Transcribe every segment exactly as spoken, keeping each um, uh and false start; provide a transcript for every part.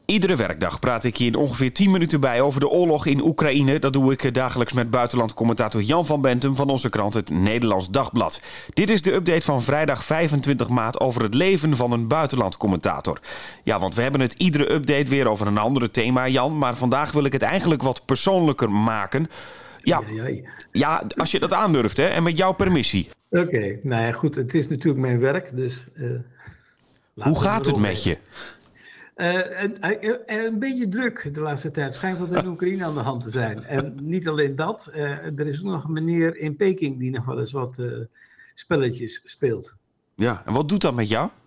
Iedere werkdag praat ik hier in ongeveer tien minuten bij over de oorlog in Oekraïne. Dat doe ik dagelijks met buitenlandcommentator Jan van Bentum van onze krant Het Nederlands Dagblad. Dit is de update van vrijdag vijfentwintig maart over het leven van een buitenlandcommentator. Ja, want we hebben het iedere update weer over een andere thema, Jan. Maar vandaag wil ik het eigenlijk wat persoonlijker maken. Ja, ja, ja. ja als je dat aandurft, hè, en met jouw permissie. Oké, okay, nou ja, goed. Het is natuurlijk mijn werk, dus... Uh, Hoe gaat het met je? Uh, een, een beetje druk de laatste tijd. Het schijnt wat in Oekraïne aan de hand te zijn. En niet alleen dat. Uh, er is ook nog een meneer in Peking die nog wel eens wat uh, spelletjes speelt. Ja, en wat doet dat met jou?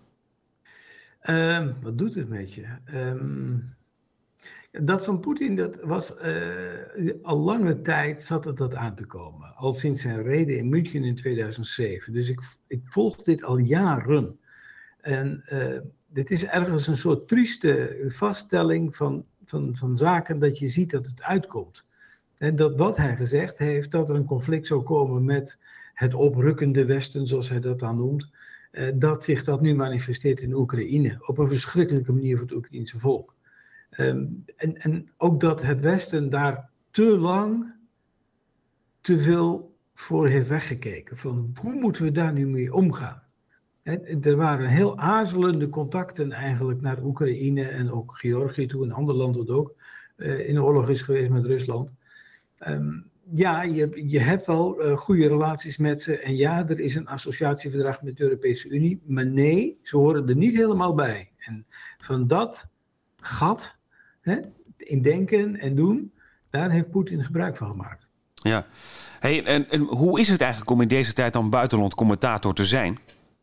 Uh, wat doet het met je? Um, dat van Poetin, dat was uh, al lange tijd zat het dat aan te komen. Al sinds zijn rede in München in tweeduizend zeven. Dus ik, ik volg dit al jaren. En... Uh, Dit is ergens een soort trieste vaststelling van, van, van zaken dat je ziet dat het uitkomt. En dat wat hij gezegd heeft, dat er een conflict zou komen met het oprukkende Westen, zoals hij dat dan noemt, eh, dat zich dat nu manifesteert in Oekraïne. Op een verschrikkelijke manier voor het Oekraïense volk. Um, en, en ook dat het Westen daar te lang te veel voor heeft weggekeken. Van hoe moeten we daar nu mee omgaan? Er waren heel aarzelende contacten eigenlijk naar Oekraïne en ook Georgië toe, een ander land dat ook uh, in de oorlog is geweest met Rusland. Um, ja, je, je hebt wel uh, goede relaties met ze en ja, er is een associatieverdrag met de Europese Unie, maar nee, ze horen er niet helemaal bij. En van dat gat, hè, in denken en doen, daar heeft Poetin gebruik van gemaakt. Ja, hey, en, en hoe is het eigenlijk om in deze tijd dan buitenlandcommentator te zijn?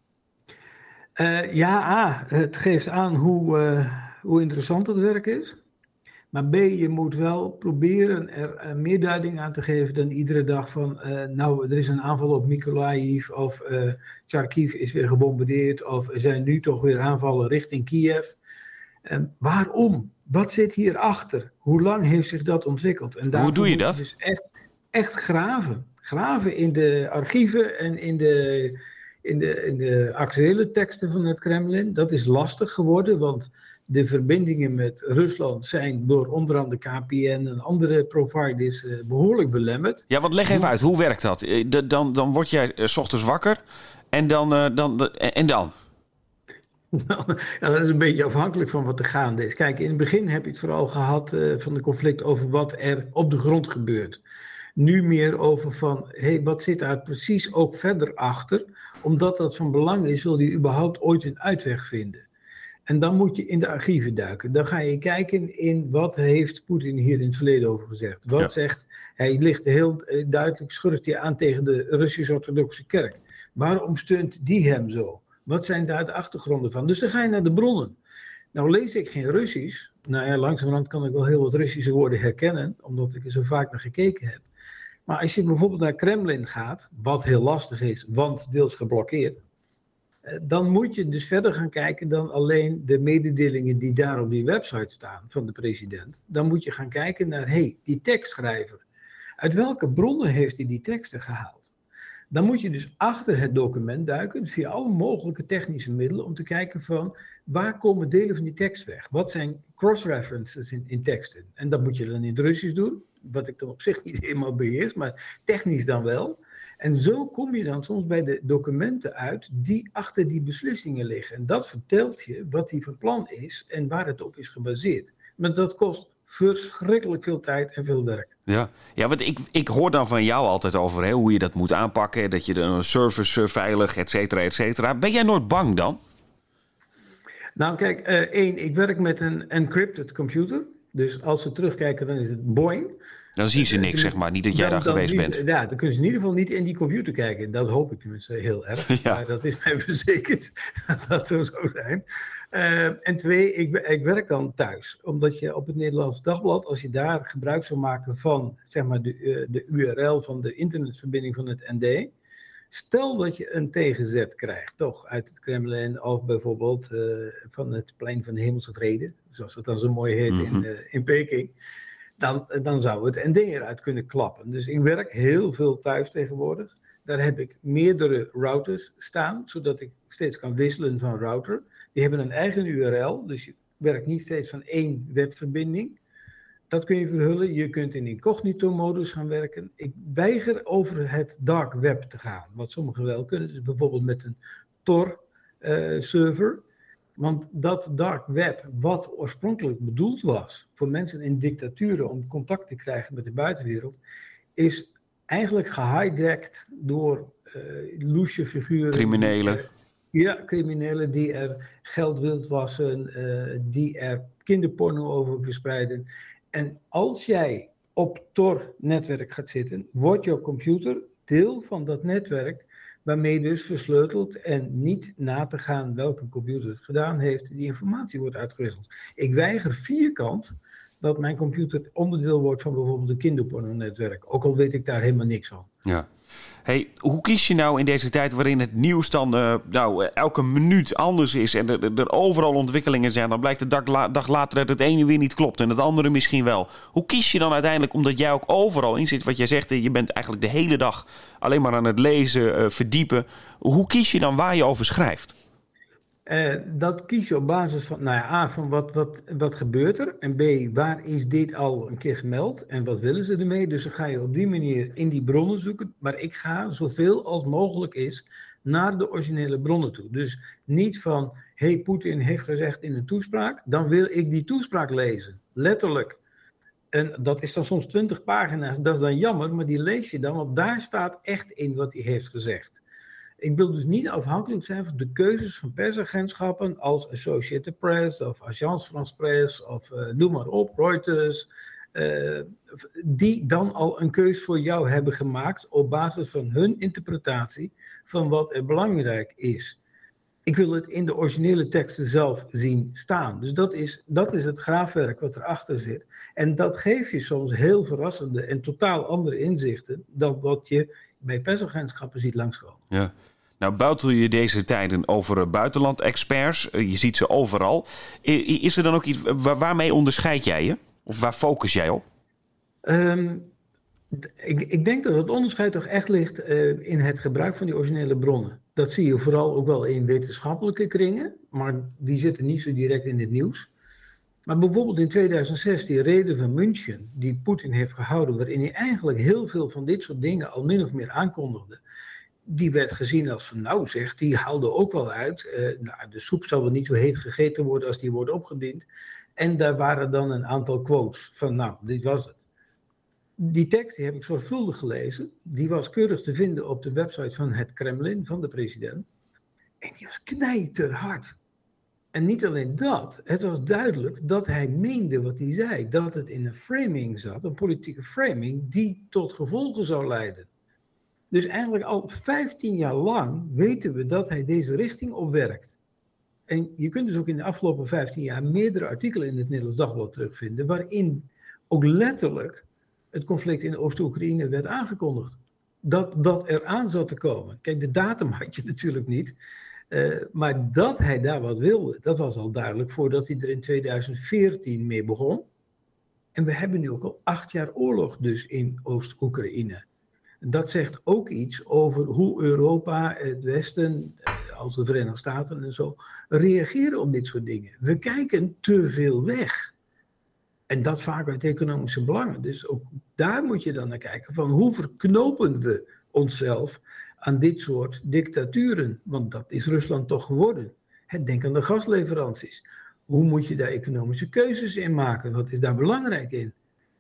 Uh, ja, A, het geeft aan hoe, uh, hoe interessant het werk is. Maar B, je moet wel proberen er uh, meer duiding aan te geven dan iedere dag van... Uh, nou, er is een aanval op Mykolaiv of uh, Kharkiv is weer gebombardeerd... of er zijn nu toch weer aanvallen richting Kiev. Uh, waarom? Wat zit hierachter? Hoe lang heeft zich dat ontwikkeld? En hoe doe je dat? Dus echt, echt graven. Graven in de archieven en in de... In de, in de actuele teksten van het Kremlin. Dat is lastig geworden, want de verbindingen met Rusland zijn door onder andere K P N en andere providers uh, behoorlijk belemmerd. Ja, want leg even uit, hoe werkt dat? Dan, dan word jij uh, 's ochtends wakker en dan... Uh, dan uh, en dan? Nou, dat is een beetje afhankelijk van wat er gaande is. Kijk, in het begin heb je het vooral gehad uh, van de conflict over wat er op de grond gebeurt. Nu meer over van, hey, wat zit daar precies ook verder achter? Omdat dat van belang is, wil je überhaupt ooit een uitweg vinden. En dan moet je in de archieven duiken. Dan ga je kijken in wat heeft Poetin hier in het verleden over gezegd. Wat ja. zegt, hij ligt heel duidelijk, schurkt hij aan tegen de Russisch-orthodoxe kerk. Waarom steunt die hem zo? Wat zijn daar de achtergronden van? Dus dan ga je naar de bronnen. Nou lees ik geen Russisch. Nou ja, langzamerhand kan ik wel heel wat Russische woorden herkennen, omdat ik er zo vaak naar gekeken heb. Maar als je bijvoorbeeld naar Kremlin gaat, wat heel lastig is, want deels geblokkeerd, dan moet je dus verder gaan kijken dan alleen de mededelingen die daar op die website staan van de president. Dan moet je gaan kijken naar, hé, hey, die tekstschrijver. Uit welke bronnen heeft hij die teksten gehaald? Dan moet je dus achter het document duiken, via alle mogelijke technische middelen, om te kijken van, waar komen delen van die tekst weg? Wat zijn cross-references in, in teksten? En dat moet je dan in het Russisch doen. Wat ik dan op zich niet helemaal beheers, maar technisch dan wel. En zo kom je dan soms bij de documenten uit die achter die beslissingen liggen. En dat vertelt je wat die van plan is en waar het op is gebaseerd. Maar dat kost verschrikkelijk veel tijd en veel werk. Ja, ja want ik, ik hoor dan van jou altijd over hè, hoe je dat moet aanpakken. Dat je de service veilig, et cetera, et cetera. Ben jij nooit bang dan? Nou kijk, uh, één, ik werk met een encrypted computer. Dus als ze terugkijken, dan is het boing. Dan zien ze niks, uh, zeg maar. Niet dat jij dan, daar geweest bent. Ze, ja, dan kunnen ze in ieder geval niet in die computer kijken. Dat hoop ik tenminste heel erg. Ja. Maar dat is mij verzekerd dat dat zo zou zijn. Uh, en twee, ik, ik werk dan thuis. Omdat je op het Nederlands Dagblad, als je daar gebruik zou maken van zeg maar, de, uh, de U R L van de internetverbinding van het N D... Stel dat je een tegenzet krijgt, toch, uit het Kremlin of bijvoorbeeld uh, van het plein van de Hemelse Vrede, zoals dat dan zo mooi heet mm-hmm. in, uh, in Peking, dan, dan zou het N D eruit kunnen klappen. Dus ik werk heel veel thuis tegenwoordig. Daar heb ik meerdere routers staan, zodat ik steeds kan wisselen van router. Die hebben een eigen U R L, dus je werkt niet steeds van één webverbinding. Dat kun je verhullen. Je kunt in incognito-modus gaan werken. Ik weiger over het dark web te gaan, wat sommigen wel kunnen. Dus bijvoorbeeld met een Tor-server. Uh, Want dat dark web, wat oorspronkelijk bedoeld was voor mensen in dictaturen om contact te krijgen met de buitenwereld, is eigenlijk gehijacked door uh, loesje figuren. Criminelen. Die, uh, ja, criminelen die er geld wildwassen, uh, die er kinderporno over verspreiden. En als jij op Tor-netwerk gaat zitten, wordt jouw computer deel van dat netwerk, waarmee dus versleuteld en niet na te gaan welke computer het gedaan heeft, die informatie wordt uitgewisseld. Ik weiger vierkant dat mijn computer onderdeel wordt van bijvoorbeeld een kinderporno-netwerk, ook al weet ik daar helemaal niks van. Ja. Hey, hoe kies je nou in deze tijd waarin het nieuws dan uh, nou, elke minuut anders is en er, er overal ontwikkelingen zijn, dan blijkt de dag, la- dag later dat het ene weer niet klopt en het andere misschien wel. Hoe kies je dan uiteindelijk, omdat jij ook overal in zit, wat jij zegt, je bent eigenlijk de hele dag alleen maar aan het lezen, uh, verdiepen. Hoe kies je dan waar je over schrijft? Uh, dat kies je op basis van, nou ja, A, van wat, wat, wat gebeurt er? En B, waar is dit al een keer gemeld? En wat willen ze ermee? Dus dan ga je op die manier in die bronnen zoeken. Maar ik ga zoveel als mogelijk is naar de originele bronnen toe. Dus niet van, hé, hey, Poetin heeft gezegd in een toespraak, dan wil ik die toespraak lezen. Letterlijk. En dat is dan soms twintig pagina's, dat is dan jammer, maar die lees je dan, want daar staat echt in wat hij heeft gezegd. Ik wil dus niet afhankelijk zijn van de keuzes van persagentschappen als Associated Press of Agence France Presse of uh, noem maar op, Reuters, uh, die dan al een keus voor jou hebben gemaakt op basis van hun interpretatie van wat er belangrijk is. Ik wil het in de originele teksten zelf zien staan. Dus dat is, dat is het graafwerk wat erachter zit. En dat geeft je soms heel verrassende en totaal andere inzichten dan wat je bij persagentschappen ziet langskomen. Ja. Nou, buitel je deze tijden over uh, buitenland-experts. Uh, je ziet ze overal. I- is er dan ook iets, waar, waarmee onderscheid jij je? Of waar focus jij op? Um, d- ik, ik denk dat het onderscheid toch echt ligt uh, in het gebruik van die originele bronnen. Dat zie je vooral ook wel in wetenschappelijke kringen, maar die zitten niet zo direct in het nieuws. Maar bijvoorbeeld in tweeduizend zes die rede van München, die Poetin heeft gehouden, waarin hij eigenlijk heel veel van dit soort dingen al min of meer aankondigde, die werd gezien als van, nou zeg, die haalde ook wel uit. Uh, nou, de soep zal wel niet zo heet gegeten worden als die wordt opgediend. En daar waren dan een aantal quotes van, nou, dit was het. Die tekst die heb ik zorgvuldig gelezen. Die was keurig te vinden op de website van het Kremlin, van de president. En die was knijterhard. En niet alleen dat, het was duidelijk dat hij meende wat hij zei. Dat het in een framing zat, een politieke framing, die tot gevolgen zou leiden. Dus eigenlijk al vijftien jaar lang weten we dat hij deze richting opwerkt. En je kunt dus ook in de afgelopen vijftien jaar meerdere artikelen in het Nederlands Dagblad terugvinden, waarin ook letterlijk het conflict in Oost-Oekraïne werd aangekondigd. Dat dat eraan zat te komen. Kijk, de datum had je natuurlijk niet. Uh, maar dat hij daar wat wilde, dat was al duidelijk voordat hij er in tweeduizend veertien mee begon. En we hebben nu ook al acht jaar oorlog dus in Oost-Oekraïne. Dat zegt ook iets over hoe Europa, het Westen, als de Verenigde Staten en zo, reageren op dit soort dingen. We kijken te veel weg. En dat vaak uit economische belangen. Dus ook daar moet je dan naar kijken van hoe verknopen we onszelf aan dit soort dictaturen. Want dat is Rusland toch geworden. Denk aan de gasleveranties. Hoe moet je daar economische keuzes in maken? Wat is daar belangrijk in?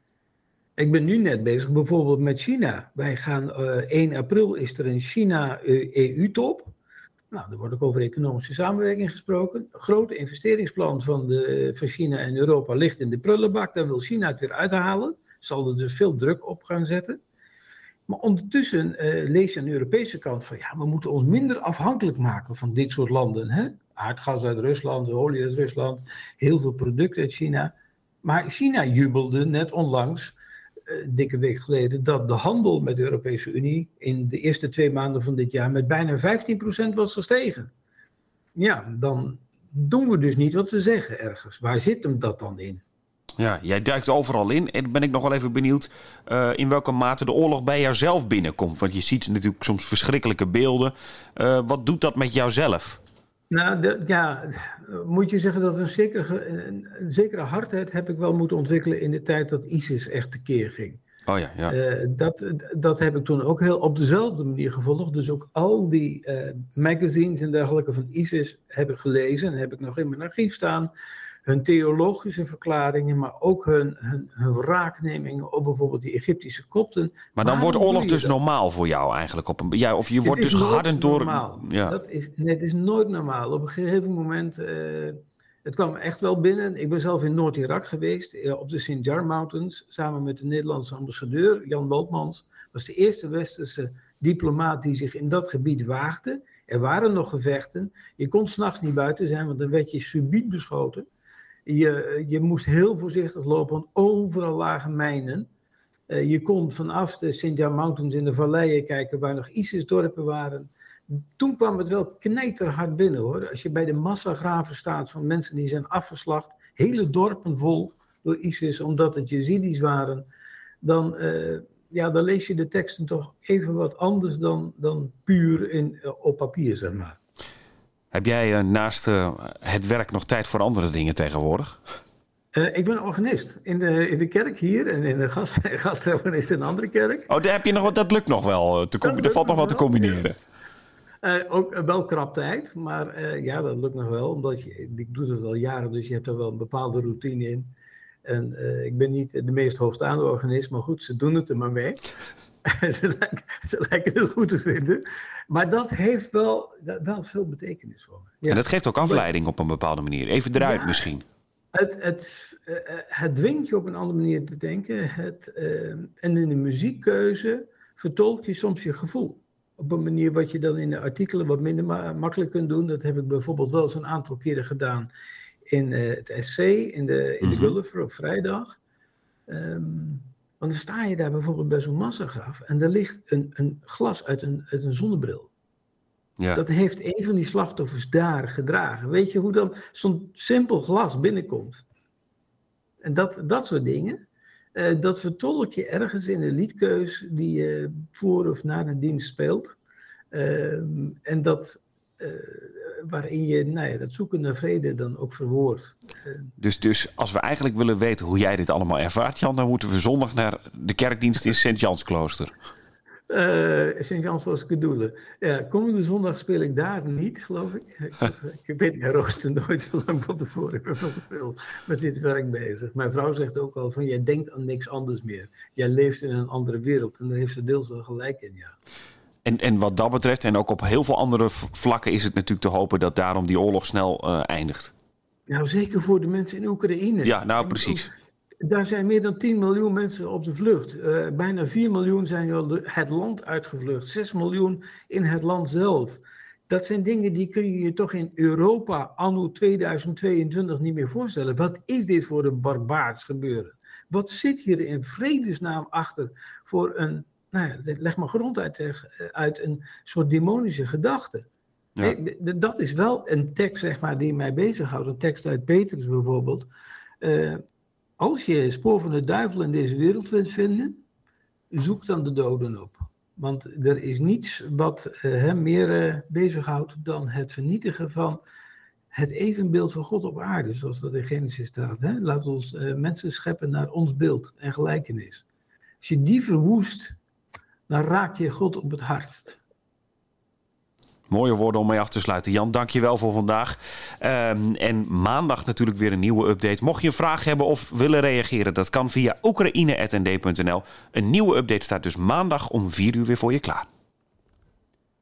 Ik ben nu net bezig bijvoorbeeld met China. Wij gaan uh, één april is er een China-E U-top. Nou, er wordt ook over economische samenwerking gesproken. Een grote investeringsplan van, de, van China en Europa ligt in de prullenbak. Daar wil China het weer uithalen. Zal er dus veel druk op gaan zetten. Maar ondertussen uh, lees je aan de Europese kant van ja, we moeten ons minder afhankelijk maken van dit soort landen. Hè? Aardgas uit Rusland, olie uit Rusland, heel veel producten uit China. Maar China jubelde net onlangs, uh, dikke week geleden, dat de handel met de Europese Unie in de eerste twee maanden van dit jaar met bijna vijftien procent was gestegen. Ja, dan doen we dus niet wat we zeggen ergens. Waar zit hem dat dan in? Ja, jij duikt overal in. En ben ik nog wel even benieuwd uh, in welke mate de oorlog bij jouzelf binnenkomt. Want je ziet natuurlijk soms verschrikkelijke beelden. Uh, wat doet dat met jouzelf? Nou, de, ja, moet je zeggen dat een zekere, een, een zekere hardheid heb ik wel moeten ontwikkelen in de tijd dat ISIS echt tekeer ging. Oh ja, ja. Uh, dat, dat heb ik toen ook heel op dezelfde manier gevolgd. Dus ook al die uh, magazines en dergelijke van ISIS heb ik gelezen en heb ik nog in mijn archief staan. Hun theologische verklaringen, maar ook hun, hun, hun wraaknemingen op bijvoorbeeld die Egyptische kopten. Maar dan wordt oorlog dus dat? normaal voor jou eigenlijk? Op een, ja, of je wordt dus gehardened door... Normaal. Ja. Dat is, nee, het is nooit normaal. Op een gegeven moment... Uh, het kwam echt wel binnen. Ik ben zelf in Noord-Irak geweest, uh, op de Sinjar Mountains, samen met de Nederlandse ambassadeur, Jan Woltmans. Was de eerste westerse diplomaat die zich in dat gebied waagde. Er waren nog gevechten. Je kon 's nachts niet buiten zijn, want dan werd je subiet beschoten. Je, je moest heel voorzichtig lopen, want overal lagen mijnen. Uh, je kon vanaf de Sinjar Mountains in de valleien kijken waar nog ISIS-dorpen waren. Toen kwam het wel knijterhard binnen, hoor. Als je bij de massagraven staat van mensen die zijn afgeslacht, hele dorpen vol door ISIS, omdat het Jezidis waren, dan, uh, ja, dan lees je de teksten toch even wat anders dan, dan puur in, uh, op papier, zeg maar. Heb jij uh, naast uh, het werk nog tijd voor andere dingen tegenwoordig? Uh, ik ben organist in de, in de kerk hier en in de gast, gastorganist in een andere kerk. Oh, daar heb je nog, dat lukt nog wel. Te combi- er valt nog wat te combineren. Uh, ook uh, wel krap tijd, maar uh, ja, dat lukt nog wel. Omdat je, ik doe dat al jaren, dus je hebt er wel een bepaalde routine in. En uh, ik ben niet de meest hoogstaande organist, maar goed, ze doen het er maar mee. ze, lijken, ze lijken het goed te vinden. Maar dat heeft wel, dat, wel veel betekenis voor me. Ja. En dat geeft ook afleiding op een bepaalde manier. Even eruit ja, misschien. Het, het, uh, het dwingt je op een andere manier te denken. Het, uh, en in de muziekkeuze vertolk je soms je gevoel. Op een manier wat je dan in de artikelen wat minder ma- makkelijk kunt doen. Dat heb ik bijvoorbeeld wel eens een aantal keren gedaan in uh, het essay, in de, in de Gulliver op vrijdag. Um, want dan sta je daar bijvoorbeeld bij zo'n massagraf en er ligt een, een glas uit een, uit een zonnebril. Ja. Dat heeft een van die slachtoffers daar gedragen. Weet je hoe dan zo'n simpel glas binnenkomt? En dat, dat soort dingen, uh, dat vertolk je ergens in een liedkeus die je voor of na de dienst speelt. Uh, en dat, uh, waarin je nou ja, dat zoeken naar vrede dan ook verwoordt. Uh, dus, dus als we eigenlijk willen weten hoe jij dit allemaal ervaart, Jan, dan moeten we zondag naar de kerkdienst in Sint-Jansklooster. Uh, Sint-Jans was Kedoelen. Ja, komende zondag speel ik daar niet, geloof ik. Ik, ik weet mijn rooster nooit zo lang van tevoren. Ik ben veel te veel met dit werk bezig. Mijn vrouw zegt ook al van, jij denkt aan niks anders meer. Jij leeft in een andere wereld. En daar heeft ze deels wel gelijk in, ja. En, en wat dat betreft, en ook op heel veel andere vlakken, is het natuurlijk te hopen dat daarom die oorlog snel uh, eindigt. Nou, zeker voor de mensen in Oekraïne. Ja, nou precies. Daar zijn meer dan tien miljoen mensen op de vlucht. Uh, bijna vier miljoen zijn al het land uitgevlucht. zes miljoen in het land zelf. Dat zijn dingen die kun je je toch in Europa anno tweeduizend tweeëntwintig niet meer voorstellen. Wat is dit voor een barbaars gebeuren? Wat zit hier in vredesnaam achter voor een, nou ja, leg maar grond uit, uit een soort demonische gedachte. Ja. Hey, dat is wel een tekst, zeg maar, die mij bezighoudt. Een tekst uit Petrus bijvoorbeeld. Uh, Als je het spoor van de duivel in deze wereld wilt vinden, zoek dan de doden op. Want er is niets wat uh, hem meer uh, bezighoudt dan het vernietigen van het evenbeeld van God op aarde, zoals dat in Genesis staat. Hè? Laat ons uh, mensen scheppen naar ons beeld en gelijkenis. Als je die verwoest, dan raak je God op het hardst. Mooie woorden om mee af te sluiten. Jan, dank je wel voor vandaag. Um, en maandag natuurlijk weer een nieuwe update. Mocht je een vraag hebben of willen reageren, dat kan via oekraïne punt n d punt n l. Een nieuwe update staat dus maandag om vier uur weer voor je klaar.